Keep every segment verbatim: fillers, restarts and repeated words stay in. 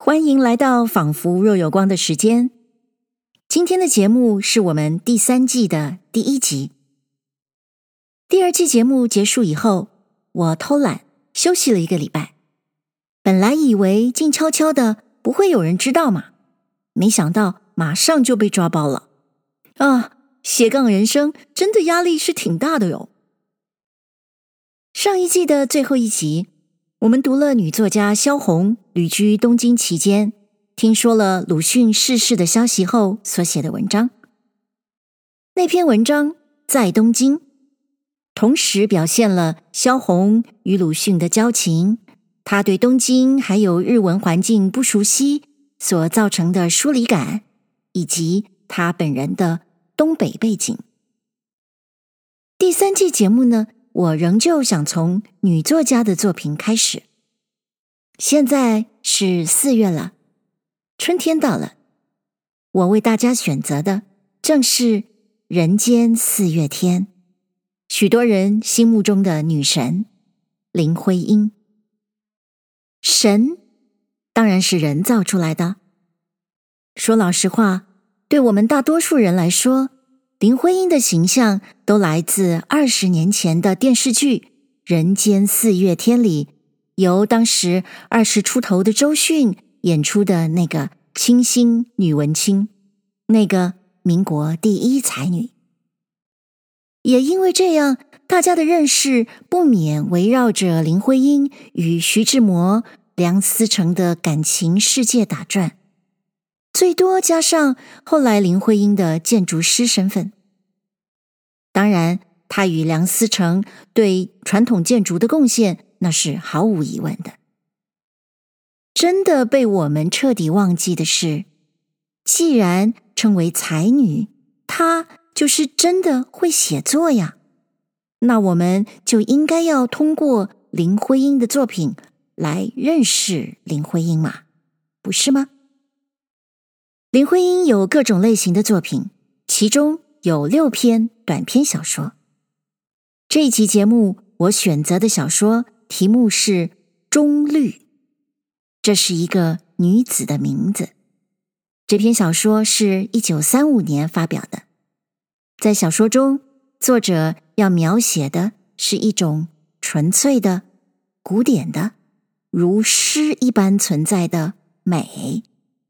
欢迎来到仿佛若有光的时间。今天的节目是我们第三季的第一集。第二季节目结束以后，我偷懒休息了一个礼拜。本来以为静悄悄的不会有人知道嘛，没想到马上就被抓包了。啊，斜杠人生真的压力是挺大的哟。上一季的最后一集，我们读了女作家萧红旅居东京期间，听说了鲁迅逝世的消息后所写的文章。那篇文章在东京，同时表现了萧红与鲁迅的交情，他对东京还有日文环境不熟悉所造成的疏离感，以及他本人的东北背景。第三季节目呢，我仍旧想从女作家的作品开始。现在是四月了，春天到了，我为大家选择的正是人间四月天，许多人心目中的女神林徽因。神当然是人造出来的。说老实话，对我们大多数人来说，林徽因的形象都来自二十年前的电视剧《人间四月天》里，由当时二十出头的周迅演出的那个清新女文青，那个民国第一才女。也因为这样，大家的认识不免围绕着林徽因与徐志摩、梁思成的感情世界打转，最多加上后来林徽因的建筑师身份。当然，她与梁思成对传统建筑的贡献那是毫无疑问的。真的被我们彻底忘记的是，既然称为才女，她就是真的会写作呀。那我们就应该要通过林徽因的作品来认识林徽因嘛，不是吗？林徽因有各种类型的作品，其中有六篇短篇小说。这一期节目我选择的小说题目是《中律》，这是一个女子的名字。这篇小说是一九三五年发表的。在小说中，作者要描写的是一种纯粹的、古典的、如诗一般存在的美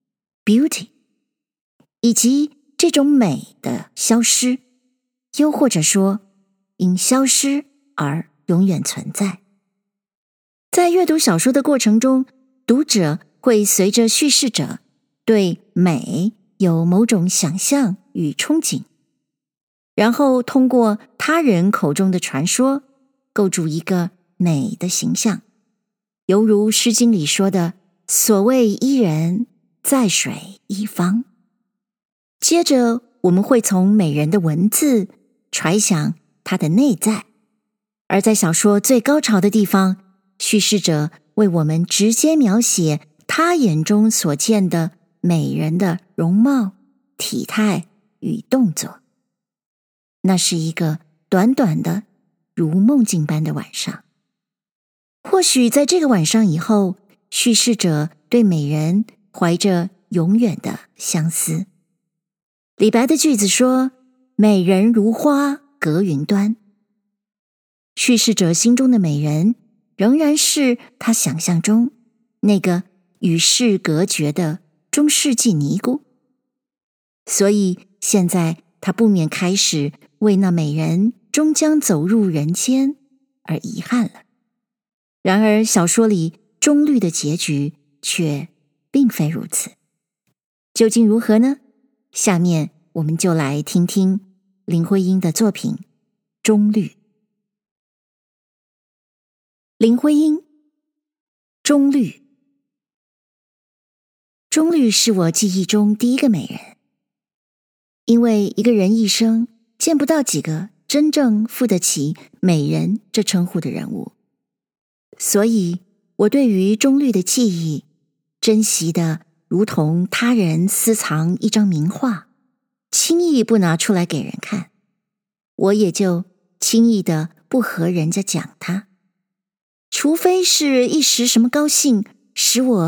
beauty， 以及这种美的消失，又或者说因消失而永远存在。在阅读小说的过程中，读者会随着叙事者对美有某种想象与憧憬，然后通过他人口中的传说构筑一个美的形象，犹如《诗经》里说的所谓伊人，在水一方。接着我们会从美人的文字揣想她的内在，而在小说最高潮的地方，叙事者为我们直接描写他眼中所见的美人的容貌、体态与动作。那是一个短短的如梦境般的晚上。或许在这个晚上以后，叙事者对美人怀着永远的相思。李白的句子说：美人如花隔云端。叙事者心中的美人仍然是他想象中那个与世隔绝的中世纪尼姑。所以现在他不免开始为那美人终将走入人间而遗憾了。然而小说里中律的结局却并非如此。究竟如何呢？下面我们就来听听林徽因的作品《中律》。林徽因，中律。中律是我记忆中第一个美人，因为一个人一生见不到几个真正付得起美人这称呼的人物，所以我对于中律的记忆珍惜的如同他人私藏一张名画，轻易不拿出来给人看，我也就轻易的不和人家讲它，除非是一时什么高兴，使我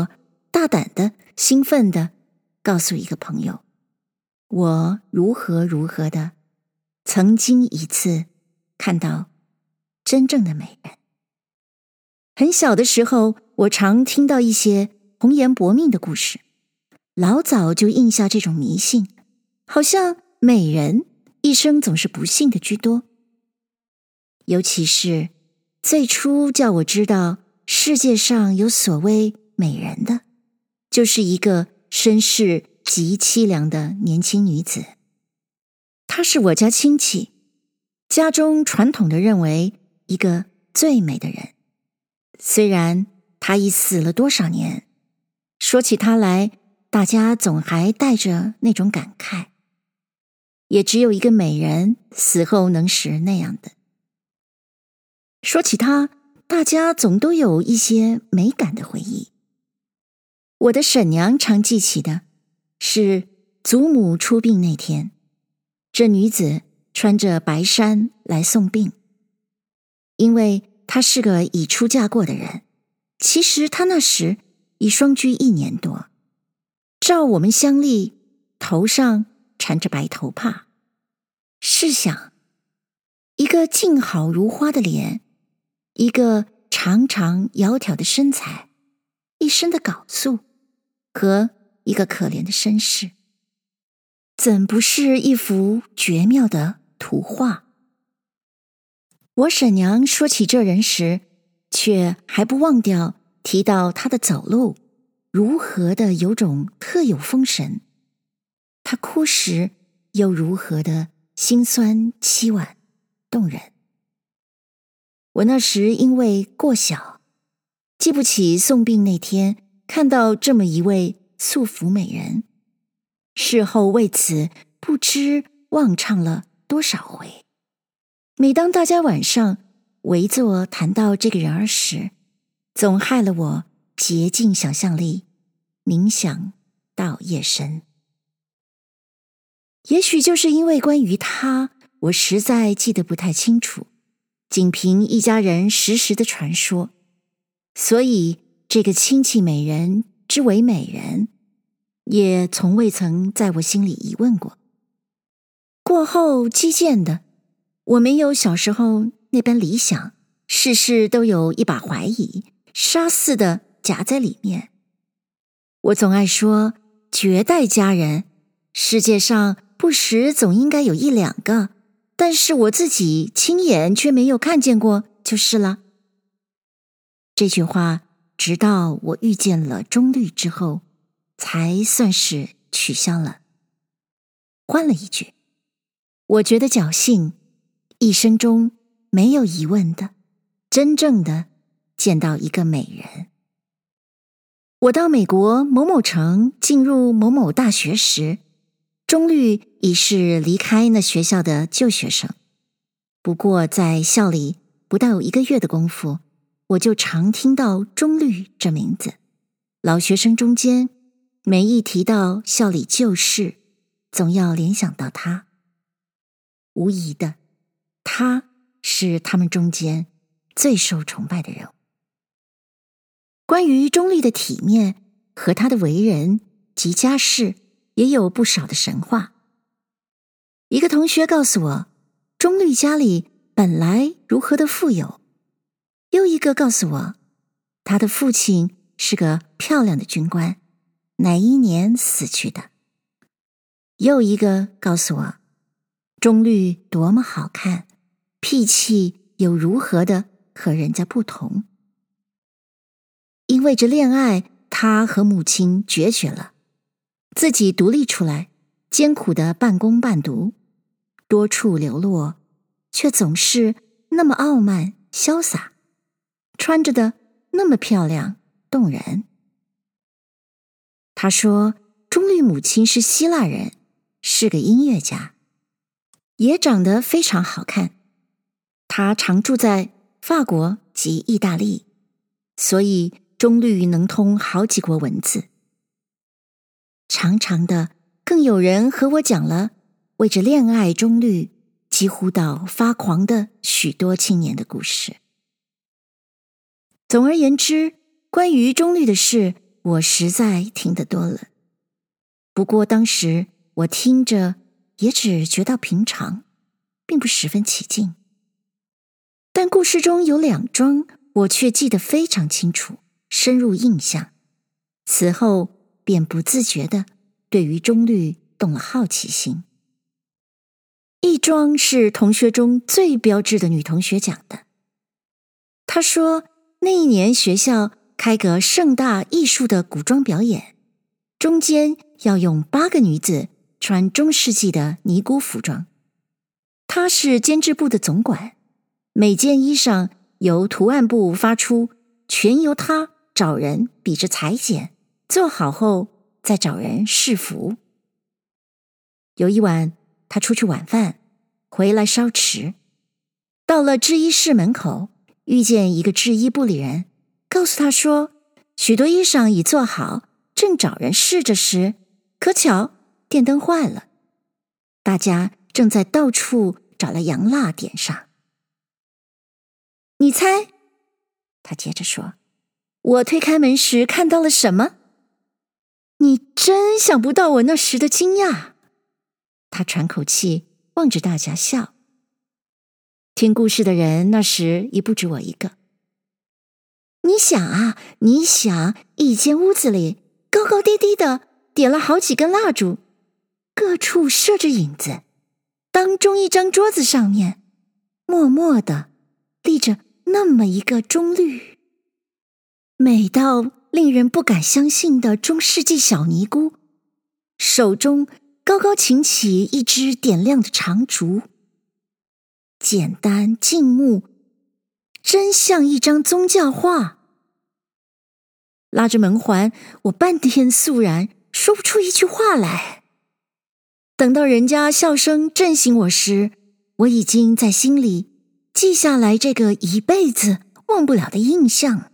大胆的、兴奋的告诉一个朋友，我如何如何的曾经一次看到真正的美人。很小的时候，我常听到一些红颜薄命的故事，老早就印下这种迷信，好像美人一生总是不幸的居多。尤其是最初叫我知道世界上有所谓美人的，就是一个身世极凄凉的年轻女子。她是我家亲戚，家中传统的认为一个最美的人。虽然她已死了多少年，说起她来，大家总还带着那种感慨，也只有一个美人死后能使人那样的。说起她，大家总都有一些美感的回忆。我的婶娘常记起的是祖母出殡那天，这女子穿着白衫来送殡。因为她是个已出嫁过的人，其实她那时已双居一年多，照我们乡里，头上缠着白头帕。试想，一个静好如花的脸，一个长长窈窕的身材，一身的缟素，和一个可怜的身世，怎不是一幅绝妙的图画？我婶娘说起这人时，却还不忘掉提到她的走路如何的有种特有风神，她哭时又如何的心酸凄婉动人。我那时因为过小，记不起送殡那天看到这么一位素服美人，事后为此不知忘唱了多少回。每当大家晚上围坐谈到这个人儿时，总害了我竭尽想象力，冥想到夜深。也许就是因为关于他，我实在记得不太清楚，仅凭一家人时时的传说，所以这个亲戚美人之为美人，也从未曾在我心里疑问过。过后激渐的，我没有小时候那般理想，事事都有一把怀疑，杀似的夹在里面。我总爱说，绝代佳人，世界上不时总应该有一两个，但是我自己亲眼却没有看见过，就是了。这句话直到我遇见了钟律之后，才算是取消了。换了一句，我觉得侥幸，一生中没有疑问的，真正的见到一个美人。我到美国某某城进入某某大学时，钟律已是离开那学校的旧学生。不过在校里不到有一个月的功夫，我就常听到钟律这名字。老学生中间，每一提到校里旧事，总要联想到他。无疑的，他是他们中间最受崇拜的人物。关于钟律的体面和他的为人及家世，也有不少的神话。一个同学告诉我，钟律家里本来如何的富有；又一个告诉我，他的父亲是个漂亮的军官，哪一年死去的；又一个告诉我，钟律多么好看，脾气又如何的和人家不同。因为这恋爱，他和母亲决绝了，自己独立出来，艰苦的半工半读，多处流落，却总是那么傲慢潇洒，穿着的那么漂亮动人。他说，钟律母亲是希腊人，是个音乐家，也长得非常好看。他常住在法国及意大利，所以钟律能通好几国文字。常常的，更有人和我讲了为着恋爱钟律几乎到发狂的许多青年的故事。总而言之，关于钟律的事， 我实在听得多了。不过当时我听着也只觉到平常，并不十分起劲。但故事中有两桩，我却记得非常清楚，深入印象。此后便不自觉地对于中律动了好奇心。一桩是同学中最标致的女同学讲的。她说那一年学校开个盛大艺术的古装表演，中间要用八个女子穿中世纪的尼姑服装。她是监制部的总管，每件衣裳由图案部发出，全由她找人比着裁剪，做好后再找人试服。有一晚她出去晚饭，回来稍迟，到了制衣室门口，遇见一个制衣部里人，告诉她说许多衣裳已做好，正找人试着时，可巧电灯坏了，大家正在到处找来洋蜡点上。你猜？他接着说，我推开门时看到了什么？你真想不到我那时的惊讶。他喘口气，望着大家笑。听故事的人那时已不止我一个。你想啊，你想，一间屋子里高高低低的点了好几根蜡烛，各处射着影子，当中一张桌子上面默默地立着那么一个中律，美到令人不敢相信的中世纪小尼姑，手中高高擎起一支点亮的长烛，简单静穆，真像一张宗教画。拉着门环，我半天肃然，说不出一句话来。等到人家笑声震醒我时，我已经在心里记下来这个一辈子忘不了的印象。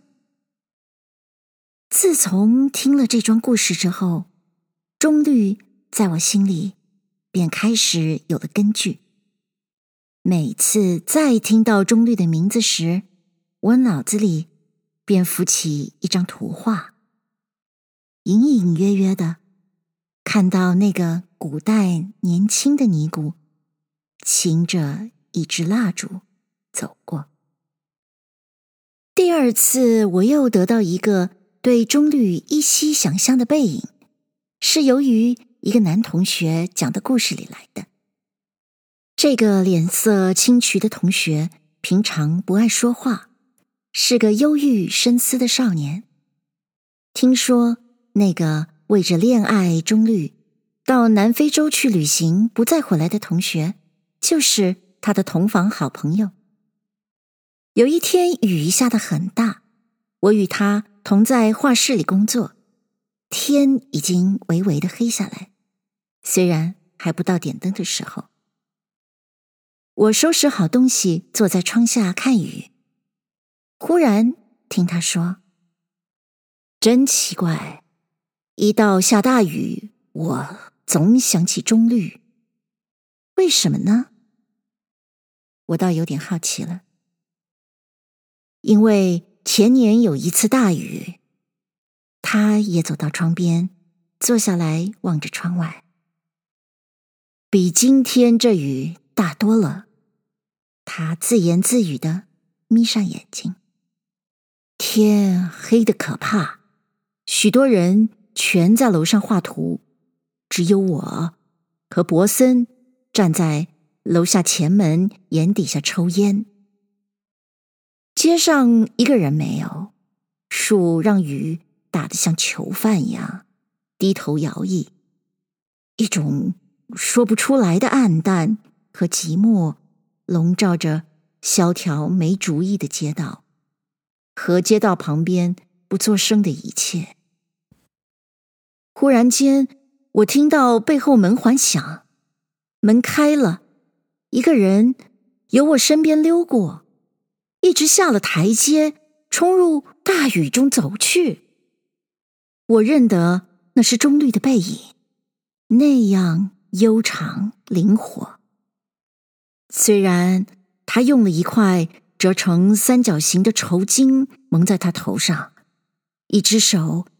自从听了这桩故事之后，中律在我心里便开始有了根据。每次再听到中律的名字时，我脑子里便浮起一张图画，隐隐约约的看到那个古代年轻的尼姑擎着一支蜡烛走过。第二次我又得到一个对中律依稀想象的背影，是由于一个男同学讲的故事里来的。这个脸色清癯的同学平常不爱说话，是个忧郁深思的少年。听说那个为着恋爱中律到南非洲去旅行不再回来的同学，就是他的同房好朋友。有一天雨下得很大，我与他同在画室里工作，天已经微微的黑下来，虽然还不到点灯的时候。我收拾好东西，坐在窗下看雨。忽然听他说，真奇怪，一到下大雨，我总想起中律，为什么呢？我倒有点好奇了。因为前年有一次大雨，他也走到窗边，坐下来望着窗外。比今天这雨大多了，他自言自语地眯上眼睛。天黑得可怕，许多人全在楼上画图，只有我和博森站在楼下前门檐底下抽烟。街上一个人没有，树让雨打得像囚犯一样低头摇曳，一种说不出来的暗淡和寂寞笼罩着萧条没主意的街道和街道旁边不作声的一切。忽然间，我听到背后门环响，门开了，一个人由我身边溜过，一直下了台阶，冲入大雨中走去。我认得那是中律的背影，那样悠长灵活。虽然他用了一块折成三角形的绸巾蒙在他头上，一只手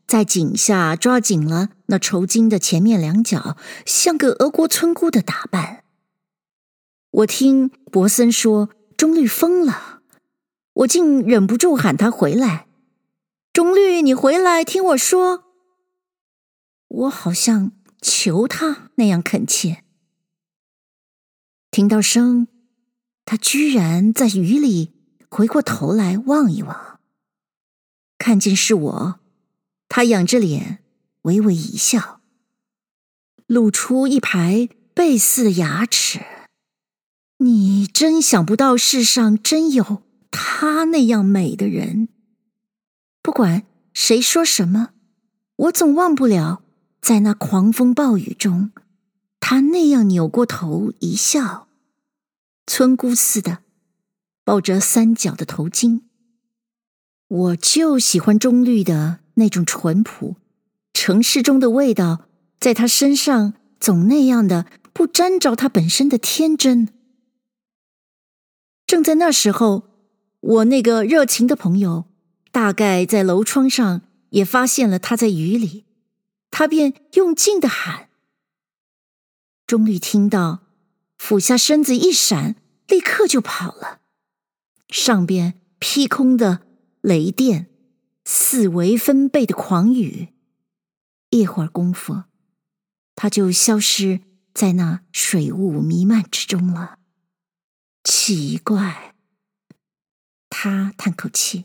在颈下抓紧了那绸巾的前面两角，像个俄国村姑的打扮。我听博森说钟律疯了，我竟忍不住喊他回来。钟律，你回来听我说。我好像求他那样恳切。听到声，他居然在雨里回过头来望一望，看见是我，他仰着脸微微一笑，露出一排背似的牙齿。你真想不到世上真有他那样美的人。不管谁说什么，我总忘不了在那狂风暴雨中，他那样扭过头一笑，村姑似的抱着三角的头巾。我就喜欢钟律的那种淳朴，城市中的味道在他身上总那样的不沾着他本身的天真。正在那时候，我那个热情的朋友大概在楼窗上也发现了他在雨里，他便用劲地喊。钟律听到，俯下身子一闪，立刻就跑了。上边劈空的雷电，四围分贝的狂雨，一会儿功夫，他就消失在那水雾弥漫之中了。奇怪，他叹口气，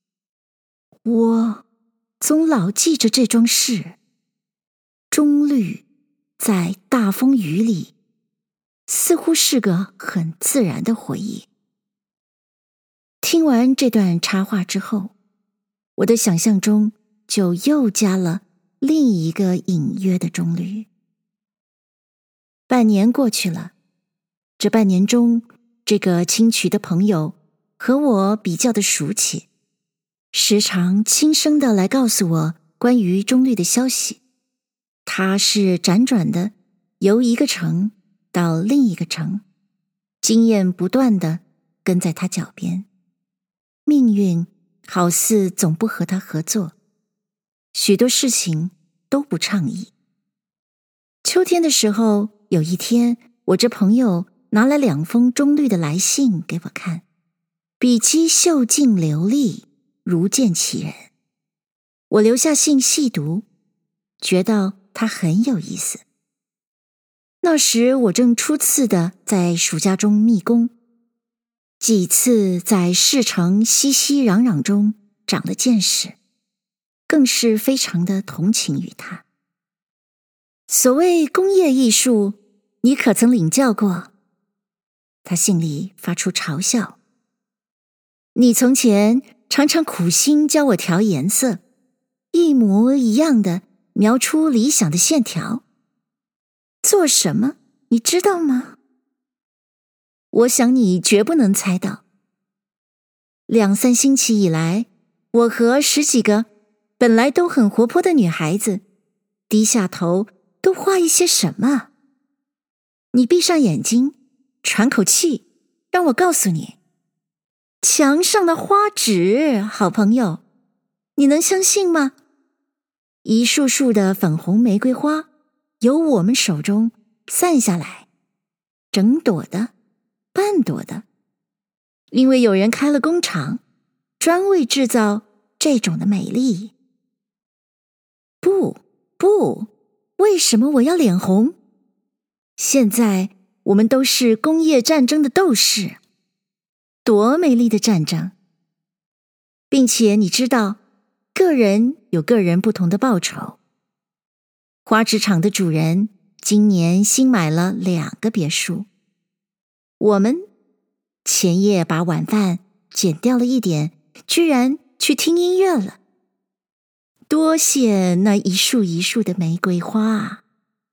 我总老记着这桩事。钟律在大风雨里，似乎是个很自然的回忆。听完这段插话之后，我的想象中就又加了另一个隐约的钟律。半年过去了，这半年中，这个清渠的朋友和我比较的熟悉，时常轻声地来告诉我关于钟律的消息。他是辗转的由一个城到另一个城，经验不断地跟在他脚边。命运好似总不和他合作，许多事情都不畅意。秋天的时候，有一天，我这朋友拿来两封钟律的来信给我看，笔迹秀静流利，如见其人。我留下信细读，觉得他很有意思。那时我正初次的在暑假中密工，几次在市城熙熙攘攘中长了见识，更是非常的同情于他。所谓工业艺术，你可曾领教过？他信里发出嘲笑。你从前常常苦心教我调颜色，一模一样的描出理想的线条。做什么？你知道吗？我想你绝不能猜到。两三星期以来，我和十几个本来都很活泼的女孩子，低下头都画一些什么？你闭上眼睛，喘口气，让我告诉你。墙上的花纸，好朋友，你能相信吗？一束束的粉红玫瑰花由我们手中散下来，整朵的，半朵的，因为有人开了工厂，专为制造这种的美丽。不，不，为什么我要脸红？现在我们都是工业战争的斗士，多美丽的战争！并且你知道，个人有个人不同的报酬。花纸厂的主人今年新买了两个别墅，我们前夜把晚饭减掉了一点，居然去听音乐了。多谢那一束一束的玫瑰花啊！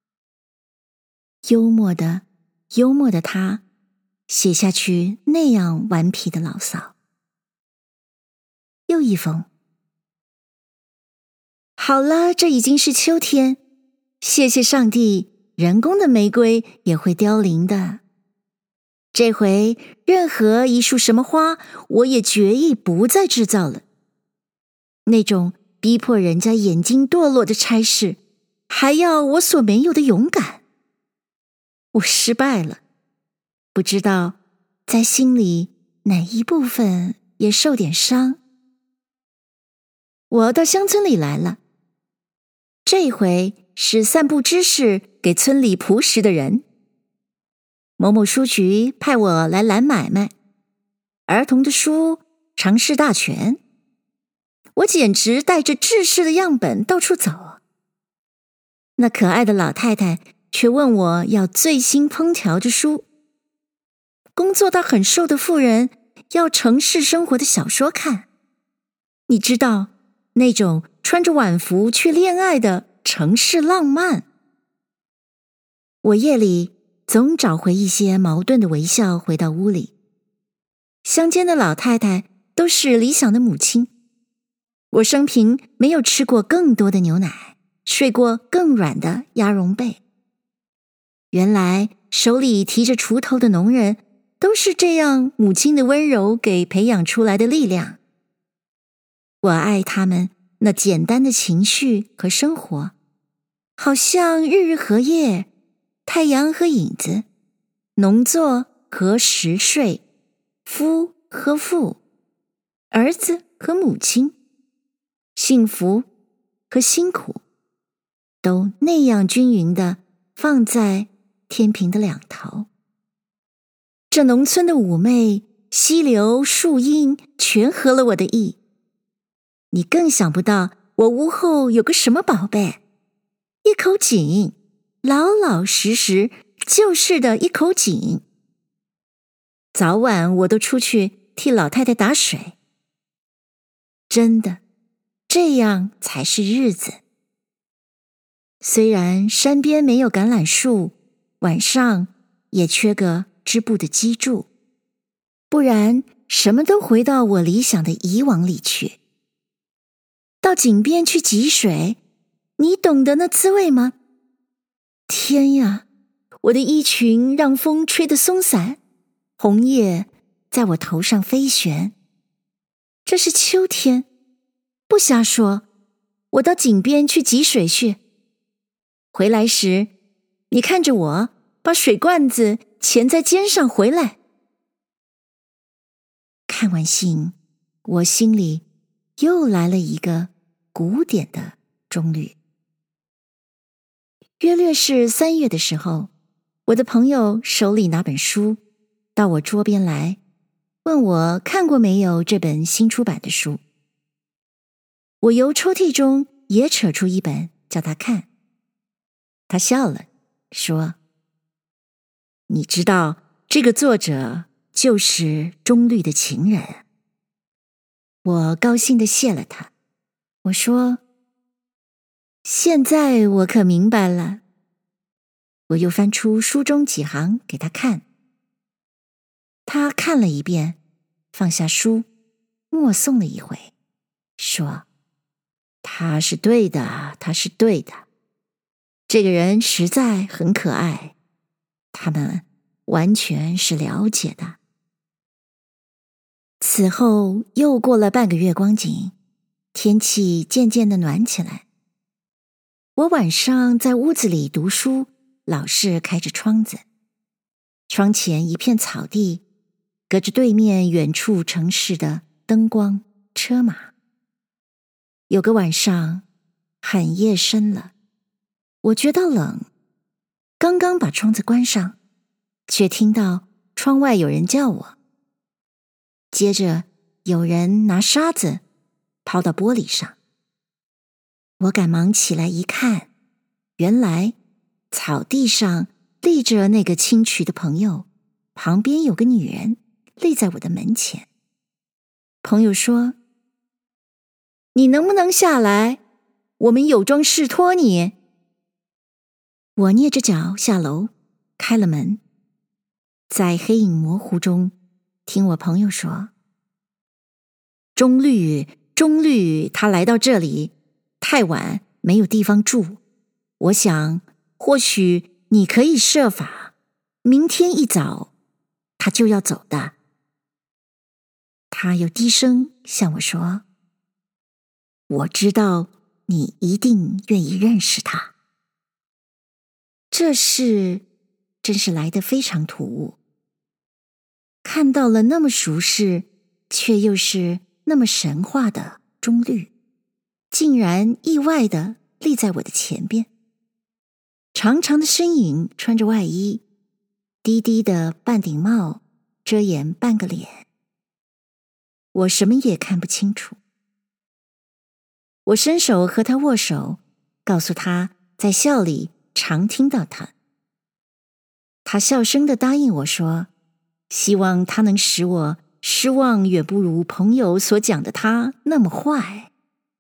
幽默的，幽默的他写下去那样顽皮的牢骚。又一封。好了，这已经是秋天，谢谢上帝，人工的玫瑰也会凋零的。这回任何一束什么花，我也决意不再制造了。那种逼迫人家眼睛堕落的差事，还要我所没有的勇敢。我失败了，不知道在心里哪一部分也受点伤。我到乡村里来了，这回是散布知识给村里朴实的人。某某书局派我来揽买卖，儿童的书常识大全，我简直带着制式的样本到处走。那可爱的老太太却问我要最新烹调之书，工作到很瘦的妇人要城市生活的小说看。你知道那种穿着晚服去恋爱的城市浪漫。我夜里总找回一些矛盾的微笑回到屋里。乡间的老太太都是理想的母亲，我生平没有吃过更多的牛奶，睡过更软的鸭绒被。原来手里提着锄头的农人都是这样母亲的温柔给培养出来的力量。我爱他们那简单的情绪和生活，好像日日和夜，太阳和影子，农作和时睡，夫和妇，儿子和母亲，幸福和辛苦，都那样均匀地放在天平的两头。这农村的妩媚、溪流、树荫全合了我的意。你更想不到我屋后有个什么宝贝，一口井，老老实实旧式的一口井。早晚我都出去替老太太打水。真的，这样才是日子。虽然山边没有橄榄树，晚上也缺个织布的机杼，不然什么都回到我理想的以往里去。到井边去汲水，你懂得那滋味吗？天呀，我的衣裙让风吹得松散，红叶在我头上飞旋。这是秋天，不瞎说，我到井边去汲水去。回来时，你看着我把水罐子钳在肩上回来。看完信，我心里又来了一个古典的中律。约略是三月的时候，我的朋友手里拿本书到我桌边来，问我看过没有这本新出版的书。我由抽屉中也扯出一本叫他看。他笑了，说：你知道这个作者就是中律的情人。我高兴地谢了他。我说：现在我可明白了。我又翻出书中几行给他看。他看了一遍，放下书，默诵了一回，说：他是对的，他是对的。这个人实在很可爱，他们完全是了解的。此后又过了半个月光景，天气渐渐的暖起来。我晚上在屋子里读书，老是开着窗子。窗前一片草地，隔着对面远处城市的灯光、车马。有个晚上，很夜深了，我觉得冷，刚刚把窗子关上，却听到窗外有人叫我。接着有人拿沙子抛到玻璃上。我赶忙起来一看，原来草地上立着那个清曲的朋友，旁边有个女人立在我的门前。朋友说：你能不能下来？我们有桩事托你。我蹑着脚下楼，开了门，在黑影模糊中听我朋友说：中律，中律他来到这里太晚，没有地方住。我想或许你可以设法，明天一早他就要走的。他又低声向我说： 我知道你一定愿意认识他。”这事真是来得非常突兀，看到了那么熟识，却又是那么神话的中律，竟然意外地立在我的前边。长长的身影，穿着外衣，低低的半顶帽遮掩半个脸，我什么也看不清楚。我伸手和他握手，告诉他在校里常听到他。他笑声地答应我说，希望他能使我失望远不如朋友所讲的他那么坏。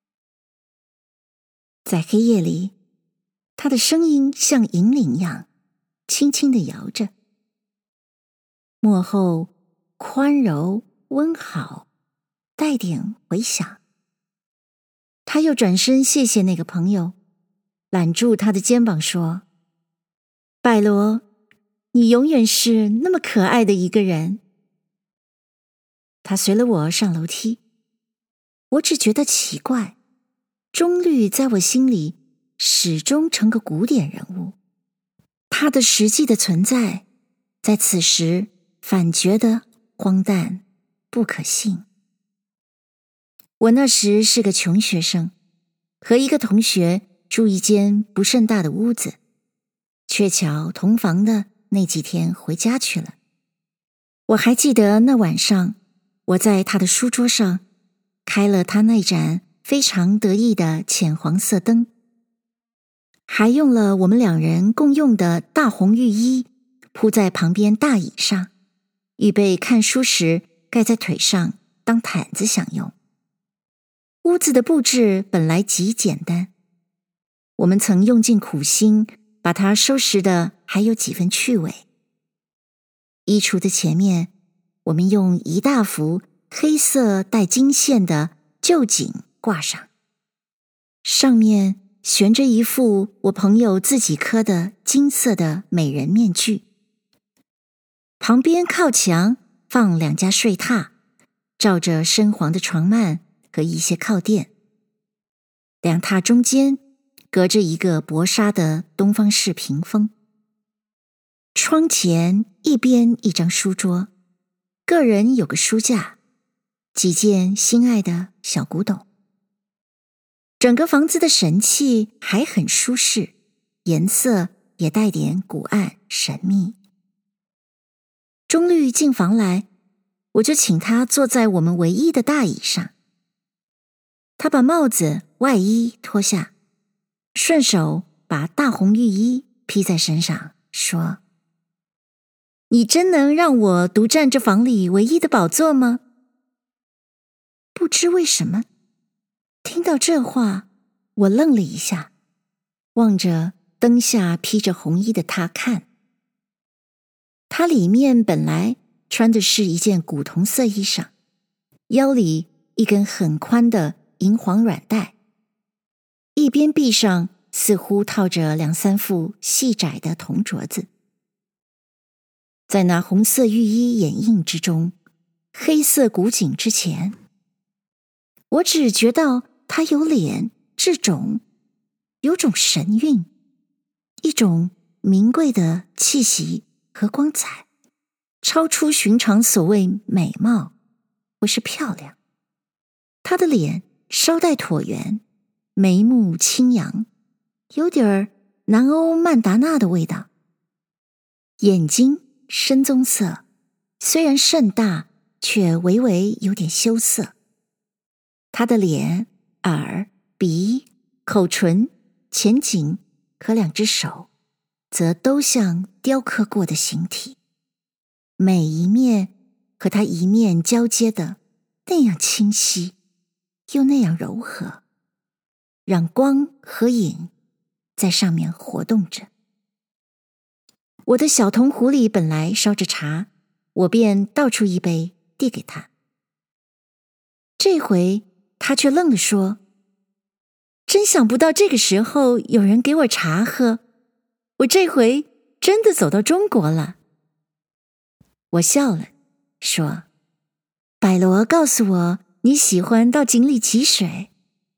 在黑夜里，他的声音像银铃一样轻轻地摇着，幕后宽柔温好，带点回响。他又转身谢谢那个朋友，揽住他的肩膀说，百罗，你永远是那么可爱的一个人。他随了我上楼梯，我只觉得奇怪，中律在我心里始终成个古典人物，他的实际的存在在此时反觉得荒诞不可信。我那时是个穷学生，和一个同学住一间不甚大的屋子，却巧同房的那几天回家去了。我还记得那晚上，我在他的书桌上开了他那盏非常得意的浅黄色灯，还用了我们两人共用的大红浴衣铺在旁边大椅上，预备看书时盖在腿上当毯子享用。屋子的布置本来极简单，我们曾用尽苦心把它收拾的还有几分趣味。衣橱的前面，我们用一大幅黑色带金线的旧锦挂上，上面悬着一副我朋友自己刻的金色的美人面具。旁边靠墙放两架睡榻，罩着深黄的床幔和一些靠垫，两榻中间隔着一个薄纱的东方式屏风。窗前一边一张书桌，个人有个书架，几件心爱的小古董。整个房子的神气还很舒适，颜色也带点古暗神秘。中律进房来，我就请他坐在我们唯一的大椅上。他把帽子外衣脱下，顺手把大红浴衣披在身上，说，你真能让我独占这房里唯一的宝座吗？不知为什么，听到这话，我愣了一下，望着灯下披着红衣的他看。他里面本来穿的是一件古铜色衣裳，腰里一根很宽的银黄软带，一边臂上似乎套着两三副细窄的铜镯子。在那红色浴衣掩映之中，黑色古井之前，我只觉到他有脸质种，有种神韵，一种名贵的气息和光彩，超出寻常所谓美貌或是漂亮。他的脸稍带椭圆，眉目清扬，有点儿南欧曼达纳的味道。眼睛深棕色，虽然甚大，却微微有点羞涩。他的脸、耳、鼻、口唇、前颈和两只手，则都像雕刻过的形体，每一面和他一面交接的那样清晰，又那样柔和，让光和影在上面活动着。我的小铜壶里本来烧着茶，我便倒出一杯递给他。这回他却愣地说，真想不到这个时候有人给我茶喝，我这回真的走到中国了。我笑了，说，百罗告诉我你喜欢到井里汲水，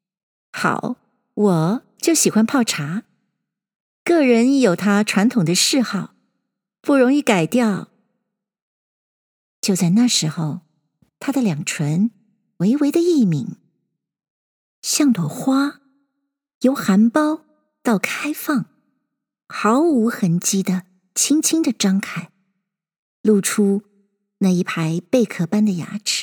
好，我就喜欢泡茶。个人有他传统的嗜好，不容易改掉。就在那时候，他的两唇微微的一抿，像朵花，由含苞到开放，毫无痕迹的轻轻地张开，露出那一排贝壳般的牙齿。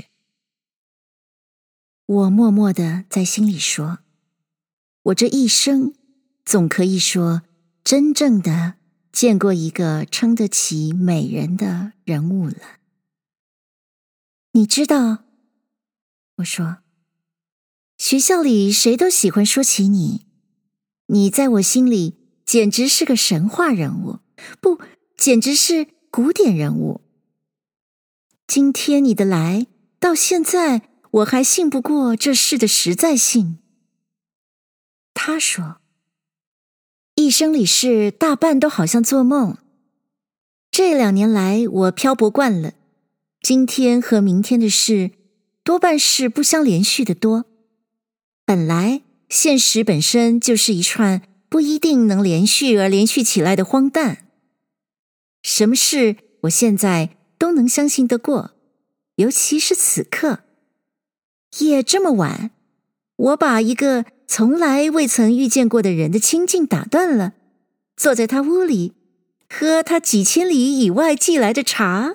我默默地在心里说，我这一生总可以说真正的见过一个称得起美人的人物了。你知道，我说，学校里谁都喜欢说起你，你在我心里简直是个神话人物，不，简直是古典人物。今天你的来，到现在我还信不过这事的实在性。他说，一生里事大半都好像做梦。这两年来我漂泊惯了，今天和明天的事多半是不相连续的多。本来现实本身就是一串不一定能连续而连续起来的荒诞。什么事我现在都能相信得过，尤其是此刻。夜这么晚，我把一个从来未曾遇见过的人的清静打断了，坐在他屋里，喝他几千里以外寄来的茶。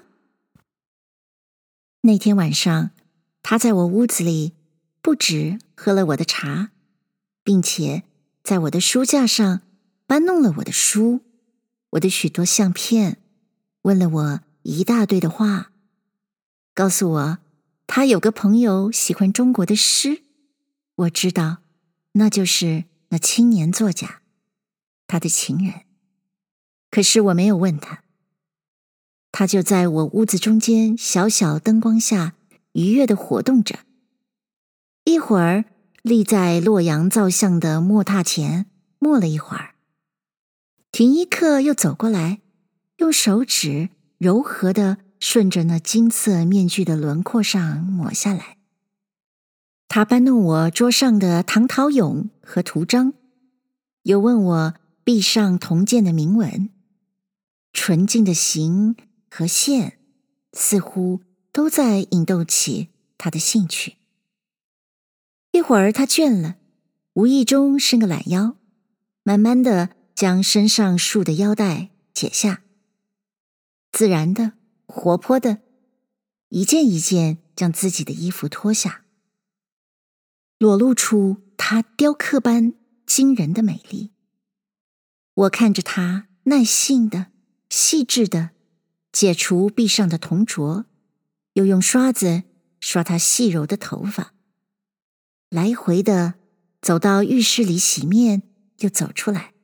那天晚上，他在我屋子里不止喝了我的茶，并且在我的书架上搬弄了我的书，我的许多相片，问了我一大堆的话，告诉我他有个朋友喜欢中国的诗，我知道那就是那青年作家，他的情人。可是我没有问他，他就在我屋子中间小小灯光下愉悦地活动着，一会儿立在洛阳造像的墨榻前默了一会儿，停一刻又走过来，用手指柔和地顺着那金色面具的轮廓上抹下来。他搬弄我桌上的唐陶俑和图章，又问我壁上铜剑的铭文，纯净的形和线似乎都在引逗起他的兴趣。一会儿他倦了，无意中伸个懒腰，慢慢地将身上束的腰带解下，自然的活泼的一件一件将自己的衣服脱下，裸露出他雕刻般惊人的美丽。我看着他耐性的细致的解除臂上的铜镯，又用刷子刷他细柔的头发，来回的走到浴室里洗面，又走出来。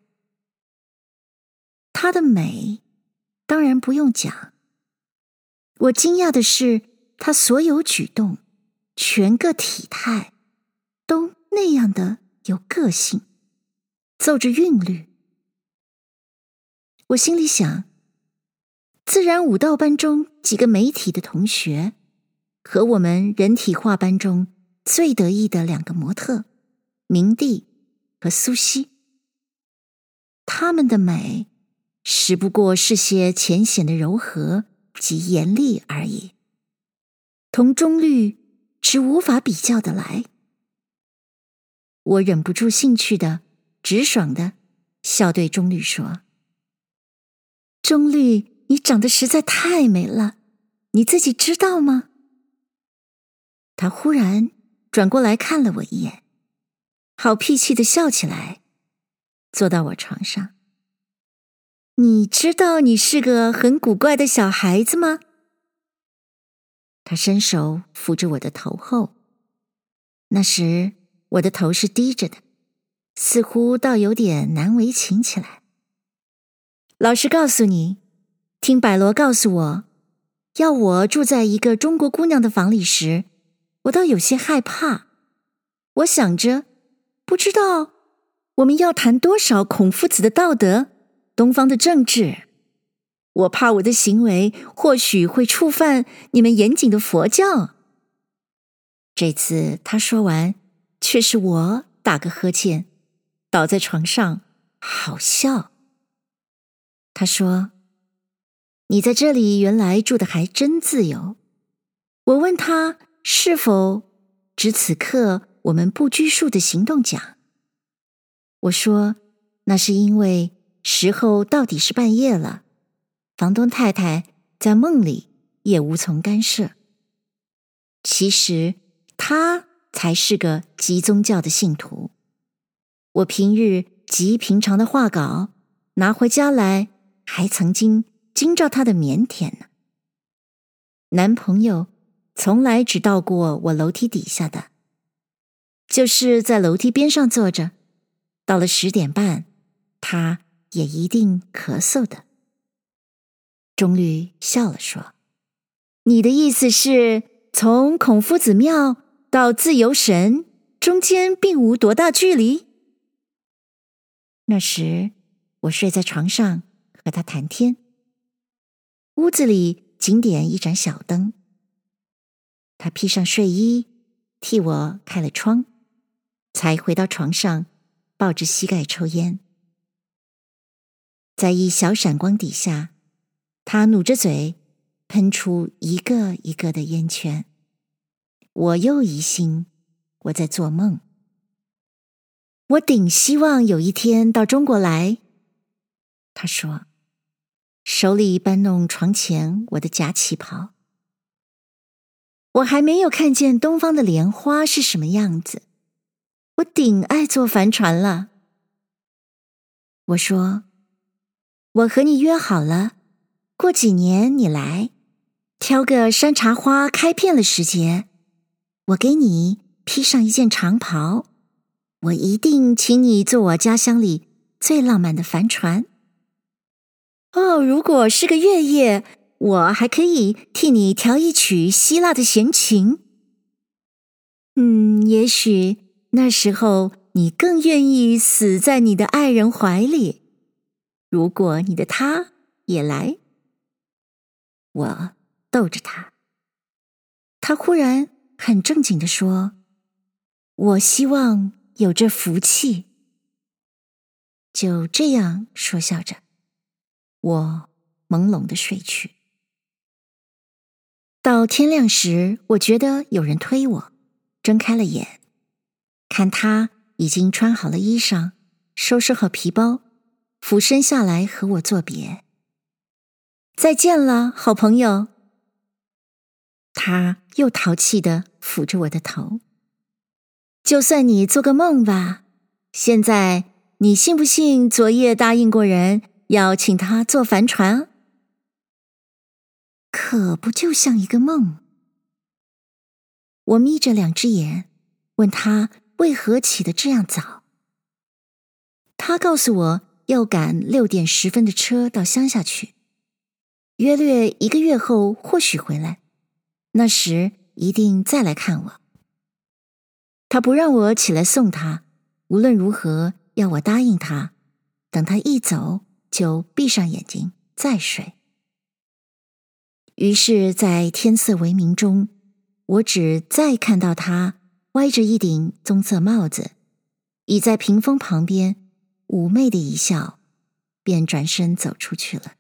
她的美当然不用讲，我惊讶的是她所有举动，全个体态都那样的有个性，奏着韵律。我心里想，自然舞蹈班中几个美体的同学，和我们人体画班中最得意的两个模特，明帝和苏西，他们的美实不过是些浅显的柔和及严厉而已，同钟律只无法比较的来。我忍不住兴趣的直爽的笑对钟律说，钟律，你长得实在太美了，你自己知道吗？他忽然转过来看了我一眼，好脾气的笑起来，坐到我床上。你知道你是个很古怪的小孩子吗？他伸手扶着我的头后，那时我的头是低着的，似乎倒有点难为情起来。老实告诉你，听百罗告诉我，要我住在一个中国姑娘的房里时，我倒有些害怕。我想着，不知道我们要谈多少孔夫子的道德，东方的政治。我怕我的行为或许会触犯你们严谨的佛教。这次他说完，却是我打个呵欠，倒在床上，好笑。他说：你在这里原来住的还真自由。我问他是否指此刻我们不拘束的行动讲。我说那是因为时候到底是半夜了，房东太太在梦里也无从干涉。其实他才是个极宗教的信徒。我平日极平常的画稿拿回家来，还曾经惊着他的腼腆呢。男朋友从来只到过我楼梯底下的，就是在楼梯边上坐着，到了十点半，他也一定咳嗽的。钟律笑了说：你的意思是从孔夫子庙到自由神中间并无多大距离？那时我睡在床上和他谈天，屋子里仅点一盏小灯。他披上睡衣，替我开了窗，才回到床上，抱着膝盖抽烟。在一小闪光底下，他努着嘴，喷出一个一个的烟圈。我又疑心我在做梦。我顶希望有一天到中国来，他说，手里搬弄床前我的假旗袍。我还没有看见东方的莲花是什么样子，我顶爱坐帆船了。我说，我和你约好了，过几年你来，挑个山茶花开遍了时节，我给你披上一件长袍，我一定请你坐我家乡里最浪漫的帆船。哦，如果是个月夜，我还可以替你调一曲希腊的弦琴。嗯，也许那时候你更愿意死在你的爱人怀里，如果你的他也来。我逗着他，他忽然很正经地说，我希望有这福气。就这样说笑着，我朦胧地睡去。到天亮时，我觉得有人推我，睁开了眼，看他已经穿好了衣裳，收拾好皮包，俯身下来和我作别。再见了，好朋友。他又淘气地抚着我的头。就算你做个梦吧，现在你信不信昨夜答应过人要请他坐帆船？可不就像一个梦。我眯着两只眼，问他为何起得这样早。他告诉我要赶六点十分的车到乡下去，约略一个月后或许回来，那时一定再来看我。他不让我起来送他，无论如何要我答应他，等他一走就闭上眼睛再睡。于是在天色微明中，我只再看到他歪着一顶棕色帽子，倚在屏风旁边，妩媚的一笑，便转身走出去了。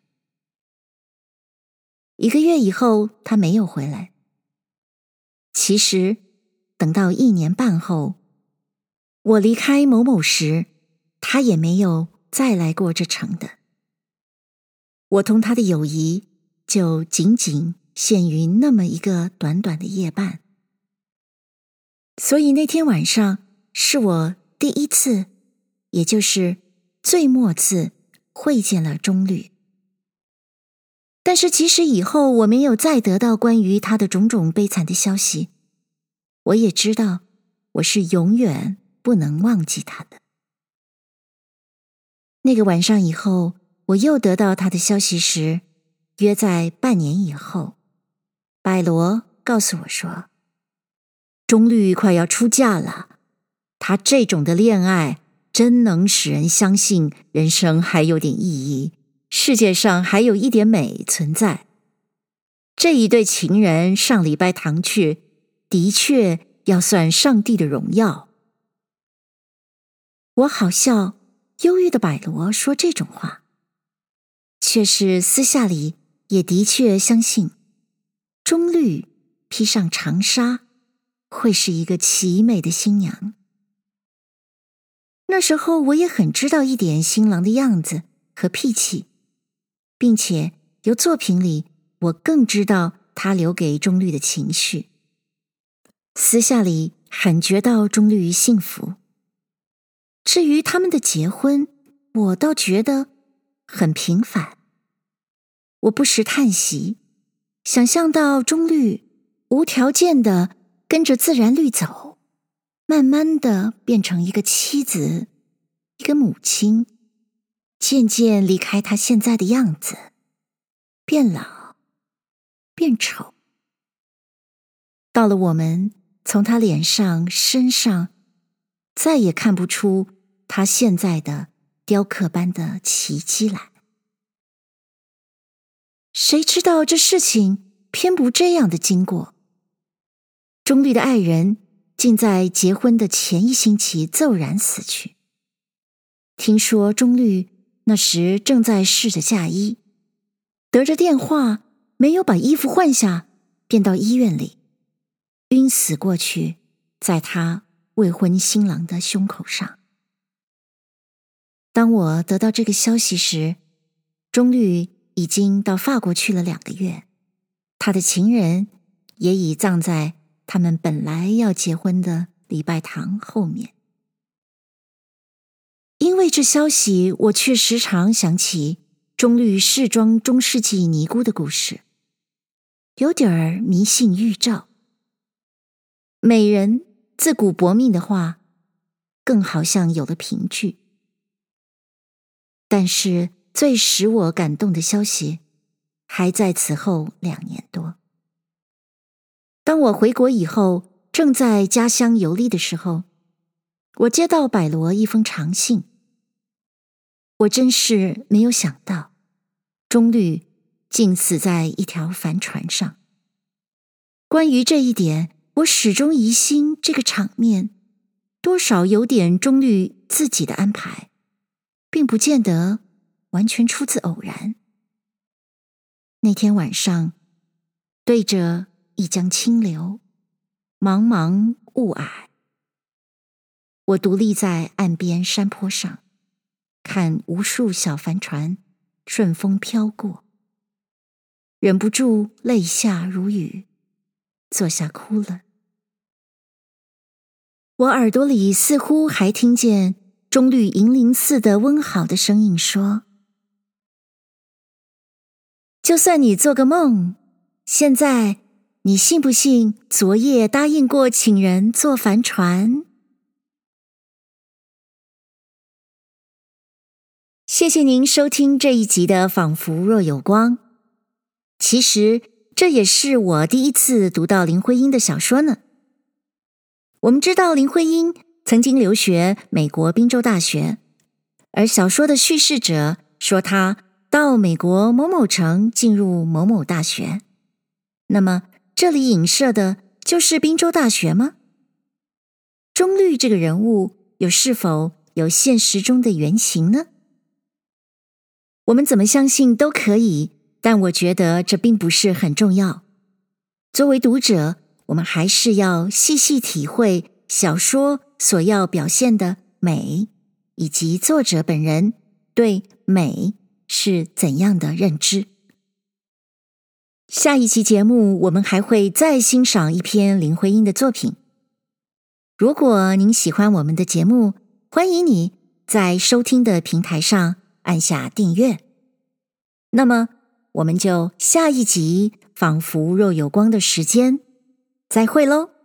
一个月以后，他没有回来。其实等到一年半后，我离开某某时，他也没有再来过这城的。我同他的友谊就仅仅限于那么一个短短的夜半。所以那天晚上是我第一次，也就是最末次会见了钟律。但是即使以后我没有再得到关于他的种种悲惨的消息，我也知道我是永远不能忘记他的。那个晚上以后，我又得到他的消息时，约在半年以后，百罗告诉我说，钟律快要出嫁了，他这种的恋爱真能使人相信人生还有点意义，世界上还有一点美存在。这一对情人上礼拜堂去，的确要算上帝的荣耀。 我好笑忧郁的百罗说这种话，却是私下里也的确相信钟绿披上长纱会是一个奇美的新娘。那时候我也很知道一点新郎的样子和脾气，并且由作品里我更知道他留给钟绿的情绪，私下里很觉到钟绿幸福。至于他们的结婚，我倒觉得很平凡。我不时叹息，想象到钟绿无条件的跟着自然律走，慢慢的变成一个妻子，一个母亲，渐渐离开她现在的样子，变老，变丑。到了我们从她脸上、身上，再也看不出她现在的雕刻般的奇迹来。谁知道这事情偏不这样的经过。钟绿的爱人竟在结婚的前一星期骤然死去。听说钟绿那时正在试着嫁衣，得着电话没有把衣服换下，便到医院里晕死过去，在他未婚新郎的胸口上。当我得到这个消息时，钟绿已经到法国去了两个月，他的情人也已葬在他们本来要结婚的礼拜堂后面。因为这消息，我却时常想起钟绿侍装中世纪尼姑的故事，有点儿迷信预兆。美人自古薄命的话，更好像有了凭据。但是最使我感动的消息还在此后两年多。当我回国以后，正在家乡游历的时候，我接到百罗一封长信。我真是没有想到，钟绿竟死在一条帆船上。关于这一点，我始终疑心这个场面多少有点钟绿自己的安排，并不见得完全出自偶然。那天晚上，对着一江清流，茫茫雾霭，我独立在岸边山坡上，看无数小帆船顺风飘过，忍不住泪下如雨，坐下哭了。我耳朵里似乎还听见钟绿银铃似的温好的声音说，就算你做个梦，现在你信不信昨夜答应过请人坐帆船？谢谢您收听这一集的《仿佛若有光》。其实这也是我第一次读到林徽因的小说呢。我们知道林徽因曾经留学美国宾州大学，而小说的叙事者说她到美国某某城进入某某大学。那么这里影射的就是宾州大学吗？钟绿这个人物又是否有现实中的原型呢？我们怎么相信都可以，但我觉得这并不是很重要。作为读者，我们还是要细细体会小说所要表现的美，以及作者本人对美是怎样的认知。下一期节目，我们还会再欣赏一篇林徽因的作品。如果您喜欢我们的节目，欢迎你在收听的平台上按下订阅。那么，我们就下一集仿佛若有光的时间再会喽。